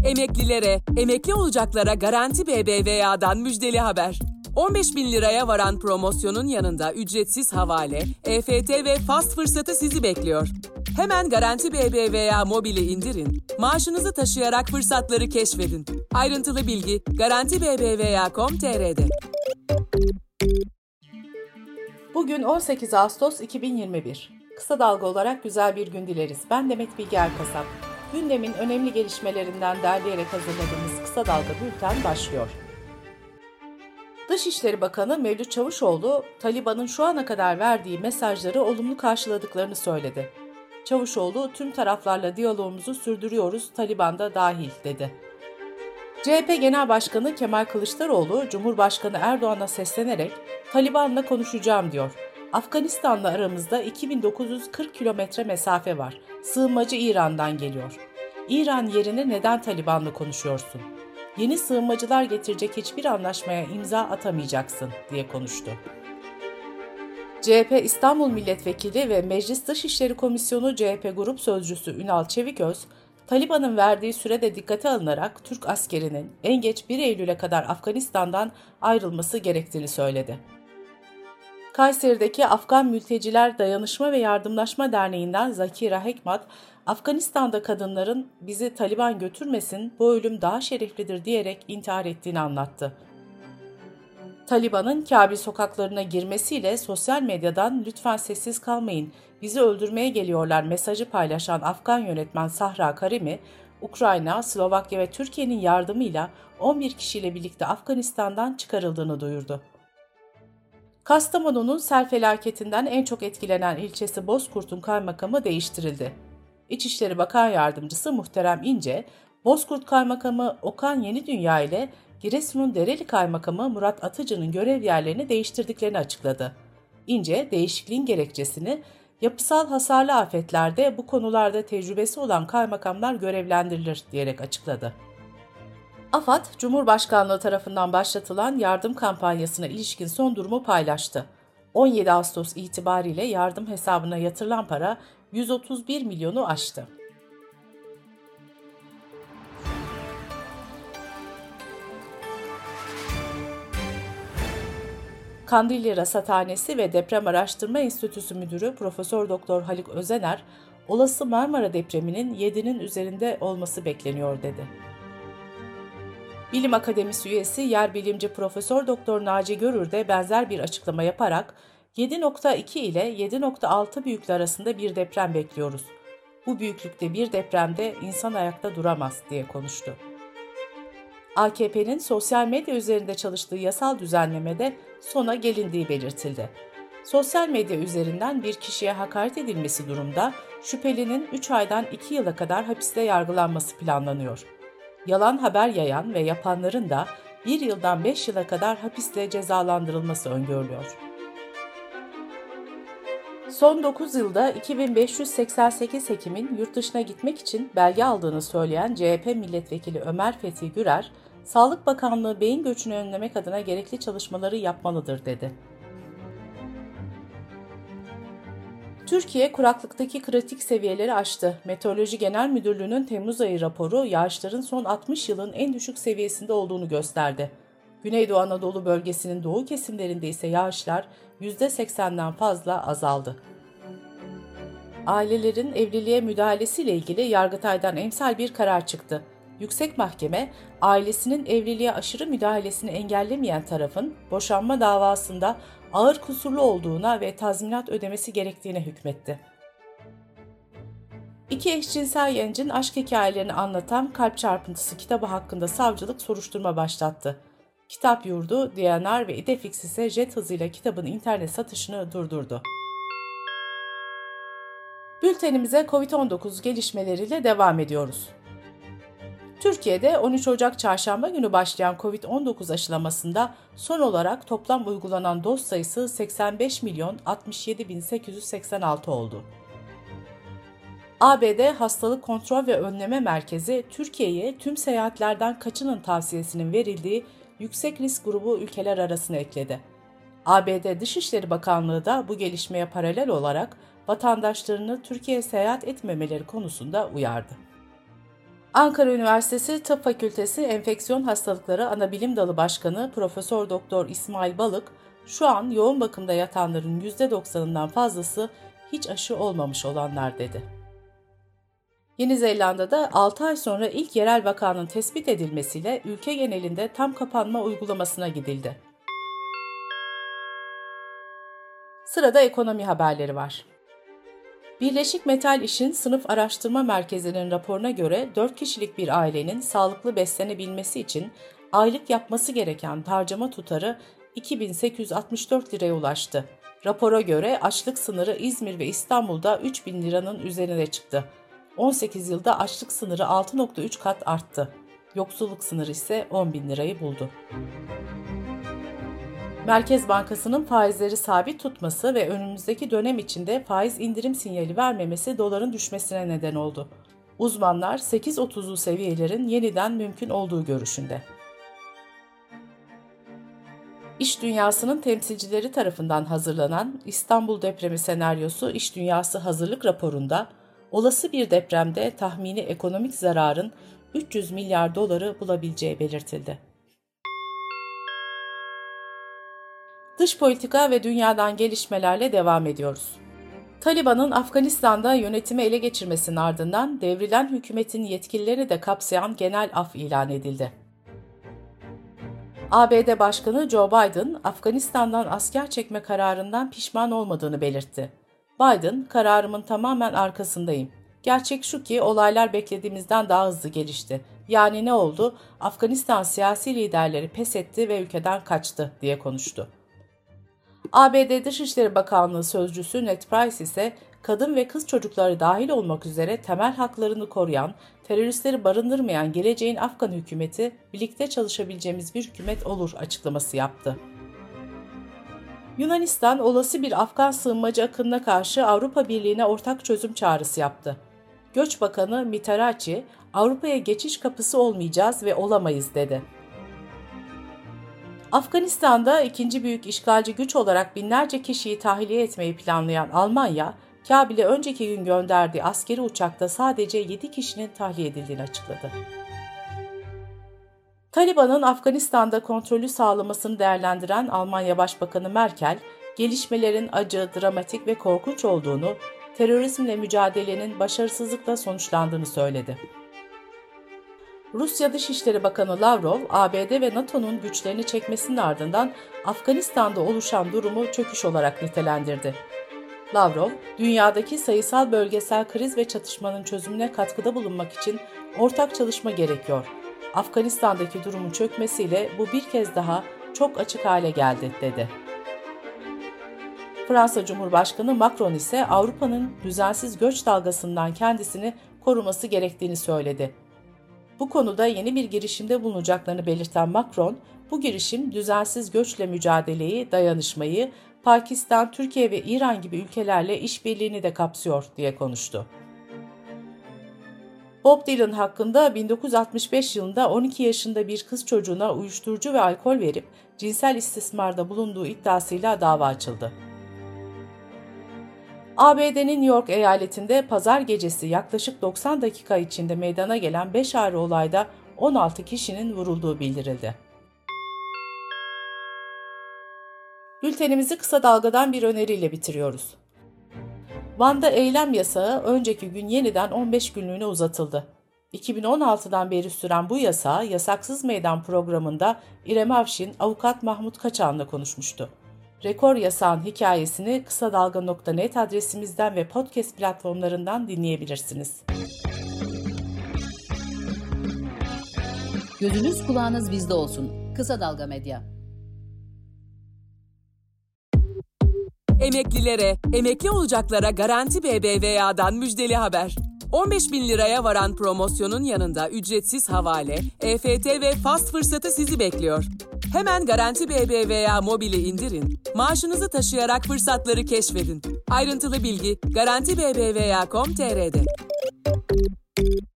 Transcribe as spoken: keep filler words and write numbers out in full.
Emeklilere, emekli olacaklara Garanti B B V A'dan müjdeli haber. on beş bin liraya varan promosyonun yanında ücretsiz havale, E F T ve fast fırsatı sizi bekliyor. Hemen Garanti B B V A mobili indirin, maaşınızı taşıyarak fırsatları keşfedin. Ayrıntılı bilgi garanti b b v a nokta com nokta t r'de. Bugün on sekiz Ağustos iki bin yirmi bir. Kısa dalga olarak güzel bir gün dileriz. Ben Demet Bilge Erkasap. Gündemin önemli gelişmelerinden derleyerek hazırladığımız Kısa Dalga Bülten başlıyor. Dışişleri Bakanı Mevlüt Çavuşoğlu, Taliban'ın şu ana kadar verdiği mesajları olumlu karşıladıklarını söyledi. Çavuşoğlu, tüm taraflarla diyalogumuzu sürdürüyoruz, Taliban da dahil, dedi. C H P Genel Başkanı Kemal Kılıçdaroğlu, Cumhurbaşkanı Erdoğan'a seslenerek Taliban'la konuşacağım diyor. Afganistan'la aramızda iki bin dokuz yüz kırk kilometre mesafe var. Sığınmacı İran'dan geliyor. İran yerine neden Taliban'la konuşuyorsun? Yeni sığınmacılar getirecek hiçbir anlaşmaya imza atamayacaksın, diye konuştu. C H P İstanbul Milletvekili ve Meclis Dışişleri Komisyonu C H P Grup Sözcüsü Ünal Çeviköz, Taliban'ın verdiği sürede dikkate alınarak Türk askerinin en geç bir Eylül'e kadar Afganistan'dan ayrılması gerektiğini söyledi. Kayseri'deki Afgan Mülteciler Dayanışma ve Yardımlaşma Derneği'nden Zakira Hekmat, Afganistan'da kadınların bizi Taliban götürmesin, bu ölüm daha şereflidir diyerek intihar ettiğini anlattı. Taliban'ın Kabil sokaklarına girmesiyle sosyal medyadan lütfen sessiz kalmayın, bizi öldürmeye geliyorlar mesajı paylaşan Afgan yönetmen Sahra Karimi, Ukrayna, Slovakya ve Türkiye'nin yardımıyla on bir kişiyle birlikte Afganistan'dan çıkarıldığını duyurdu. Kastamonu'nun sel felaketinden en çok etkilenen ilçesi Bozkurt'un kaymakamı değiştirildi. İçişleri Bakan Yardımcısı Muhterem İnce, Bozkurt Kaymakamı Okan Yenidünya ile Giresun'un Dereli Kaymakamı Murat Atıcı'nın görev yerlerini değiştirdiklerini açıkladı. İnce, değişikliğin gerekçesini yapısal hasarlı afetlerde bu konularda tecrübesi olan kaymakamlar görevlendirilir diyerek açıkladı. AFAD, Cumhurbaşkanlığı tarafından başlatılan yardım kampanyasına ilişkin son durumu paylaştı. on yedi Ağustos itibariyle yardım hesabına yatırılan para yüz otuz bir milyonu aştı. Kandilli Rasathanesi ve Deprem Araştırma Enstitüsü Müdürü Profesör Doktor Haluk Özener, olası Marmara depreminin yedinin üzerinde olması bekleniyor, dedi. Bilim Akademisi üyesi yerbilimci Profesör Doktor Naci Görür de benzer bir açıklama yaparak yedi nokta iki ile yedi nokta altı büyüklüğü arasında bir deprem bekliyoruz. Bu büyüklükte bir depremde insan ayakta duramaz, diye konuştu. A K P'nin sosyal medya üzerinde çalıştığı yasal düzenlemede sona gelindiği belirtildi. Sosyal medya üzerinden bir kişiye hakaret edilmesi durumda şüphelinin üç aydan iki yıla kadar hapiste yargılanması planlanıyor. Yalan haber yayan ve yapanların da bir yıldan beş yıla kadar hapisle cezalandırılması öngörülüyor. Son dokuz yılda iki bin beş yüz seksen sekiz hekimin yurt dışına gitmek için belge aldığını söyleyen C H P Milletvekili Ömer Fethi Gürer, Sağlık Bakanlığı beyin göçünü önlemek adına gerekli çalışmaları yapmalıdır, dedi. Türkiye kuraklıktaki kritik seviyeleri aştı. Meteoroloji Genel Müdürlüğü'nün Temmuz ayı raporu yağışların son altmış yılın en düşük seviyesinde olduğunu gösterdi. Güneydoğu Anadolu bölgesinin doğu kesimlerinde ise yağışlar yüzde seksenden fazla azaldı. Ailelerin evliliğe müdahalesiyle ilgili Yargıtay'dan emsal bir karar çıktı. Yüksek Mahkeme, ailesinin evliliğe aşırı müdahalesini engellemeyen tarafın boşanma davasında ağır kusurlu olduğuna ve tazminat ödemesi gerektiğine hükmetti. İki eşcinsel gencin aşk hikayelerini anlatan Kalp Çarpıntısı kitabı hakkında savcılık soruşturma başlattı. Kitap Yurdu, D N R ve İdefix ise jet hızıyla kitabın internet satışını durdurdu. Bültenimize kovid on dokuz gelişmeleriyle devam ediyoruz. Türkiye'de on üç Ocak Çarşamba günü başlayan kovid on dokuz aşılamasında son olarak toplam uygulanan doz sayısı seksen beş milyon altmış yedi bin sekiz yüz seksen altı oldu. A B D Hastalık Kontrol ve Önleme Merkezi, Türkiye'ye tüm seyahatlerden kaçının tavsiyesinin verildiği yüksek risk grubu ülkeler arasına ekledi. A B D Dışişleri Bakanlığı da bu gelişmeye paralel olarak vatandaşlarını Türkiye'ye seyahat etmemeleri konusunda uyardı. Ankara Üniversitesi Tıp Fakültesi Enfeksiyon Hastalıkları Anabilim Dalı Başkanı Profesör Doktor İsmail Balık, şu an yoğun bakımda yatanların yüzde doksanından fazlası hiç aşı olmamış olanlar dedi. Yeni Zelanda'da altı ay sonra ilk yerel vakanın tespit edilmesiyle ülke genelinde tam kapanma uygulamasına gidildi. Sırada ekonomi haberleri var. Birleşik Metal İş'in Sınıf Araştırma Merkezi'nin raporuna göre dört kişilik bir ailenin sağlıklı beslenebilmesi için aylık yapması gereken harcama tutarı iki bin sekiz yüz altmış dört liraya ulaştı. Rapora göre açlık sınırı İzmir ve İstanbul'da üç bin liranın üzerine çıktı. on sekiz yılda açlık sınırı altı virgül üç kat arttı. Yoksulluk sınırı ise on bin lirayı buldu. Merkez Bankası'nın faizleri sabit tutması ve önümüzdeki dönem içinde faiz indirim sinyali vermemesi doların düşmesine neden oldu. Uzmanlar sekiz virgül otuzlu seviyelerin yeniden mümkün olduğu görüşünde. İş dünyasının temsilcileri tarafından hazırlanan İstanbul depremi senaryosu İş Dünyası hazırlık raporunda olası bir depremde tahmini ekonomik zararın üç yüz milyar doları bulabileceği belirtildi. Dış politika ve dünyadan gelişmelerle devam ediyoruz. Taliban'ın Afganistan'da yönetimi ele geçirmesinin ardından devrilen hükümetin yetkililerini de kapsayan genel af ilan edildi. A B D Başkanı Joe Biden, Afganistan'dan asker çekme kararından pişman olmadığını belirtti. Biden, "Kararımın tamamen arkasındayım. Gerçek şu ki olaylar beklediğimizden daha hızlı gelişti. Yani ne oldu? Afganistan siyasi liderleri pes etti ve ülkeden kaçtı," diye konuştu. A B D Dışişleri Bakanlığı Sözcüsü Ned Price ise kadın ve kız çocukları dahil olmak üzere temel haklarını koruyan, teröristleri barındırmayan geleceğin Afgan hükümeti birlikte çalışabileceğimiz bir hükümet olur açıklaması yaptı. Yunanistan olası bir Afgan sığınmacı akınına karşı Avrupa Birliği'ne ortak çözüm çağrısı yaptı. Göç Bakanı Mitarachi, "Avrupa'ya geçiş kapısı olmayacağız ve olamayız," dedi. Afganistan'da ikinci büyük işgalci güç olarak binlerce kişiyi tahliye etmeyi planlayan Almanya, Kabil'e önceki gün gönderdiği askeri uçakta sadece yedi kişinin tahliye edildiğini açıkladı. Taliban'ın Afganistan'da kontrolü sağlamasını değerlendiren Almanya Başbakanı Merkel, gelişmelerin acı, dramatik ve korkunç olduğunu, terörizmle mücadelenin başarısızlıkla sonuçlandığını söyledi. Rusya Dışişleri Bakanı Lavrov, A B D ve NATO'nun güçlerini çekmesinin ardından Afganistan'da oluşan durumu çöküş olarak nitelendirdi. Lavrov, dünyadaki sayısal bölgesel kriz ve çatışmanın çözümüne katkıda bulunmak için ortak çalışma gerekiyor. Afganistan'daki durumun çökmesiyle bu bir kez daha çok açık hale geldi, dedi. Fransa Cumhurbaşkanı Macron ise Avrupa'nın düzensiz göç dalgasından kendisini koruması gerektiğini söyledi. Bu konuda yeni bir girişimde bulunacaklarını belirten Macron, bu girişim düzensiz göçle mücadeleyi, dayanışmayı, Pakistan, Türkiye ve İran gibi ülkelerle işbirliğini de kapsıyor diye konuştu. Bob Dylan hakkında bin dokuz yüz altmış beş yılında on iki yaşında bir kız çocuğuna uyuşturucu ve alkol verip cinsel istismarda bulunduğu iddiasıyla dava açıldı. A B D'nin New York eyaletinde pazar gecesi yaklaşık doksan dakika içinde meydana gelen beş ayrı olayda on altı kişinin vurulduğu bildirildi. Bültenimizi kısa dalgadan bir öneriyle bitiriyoruz. Van'da eylem yasağı önceki gün yeniden on beş günlüğüne uzatıldı. iki bin on altıdan beri süren bu yasağı Yasaksız Meydan programında İrem Avşin, avukat Mahmut Kaçan'la konuşmuştu. Rekor yasağın hikayesini kısa dalga nokta net adresimizden ve podcast platformlarından dinleyebilirsiniz. Gözünüz kulağınız bizde olsun. Kısa Dalga Medya. Emeklilere, emekli olacaklara Garanti B B V A'dan müjdeli haber. on beş bin liraya varan promosyonun yanında ücretsiz havale, E F T ve fast fırsatı sizi bekliyor. Hemen Garanti B B V A mobili indirin, maaşınızı taşıyarak fırsatları keşfedin. Ayrıntılı bilgi garanti b b v a nokta com nokta t r'de.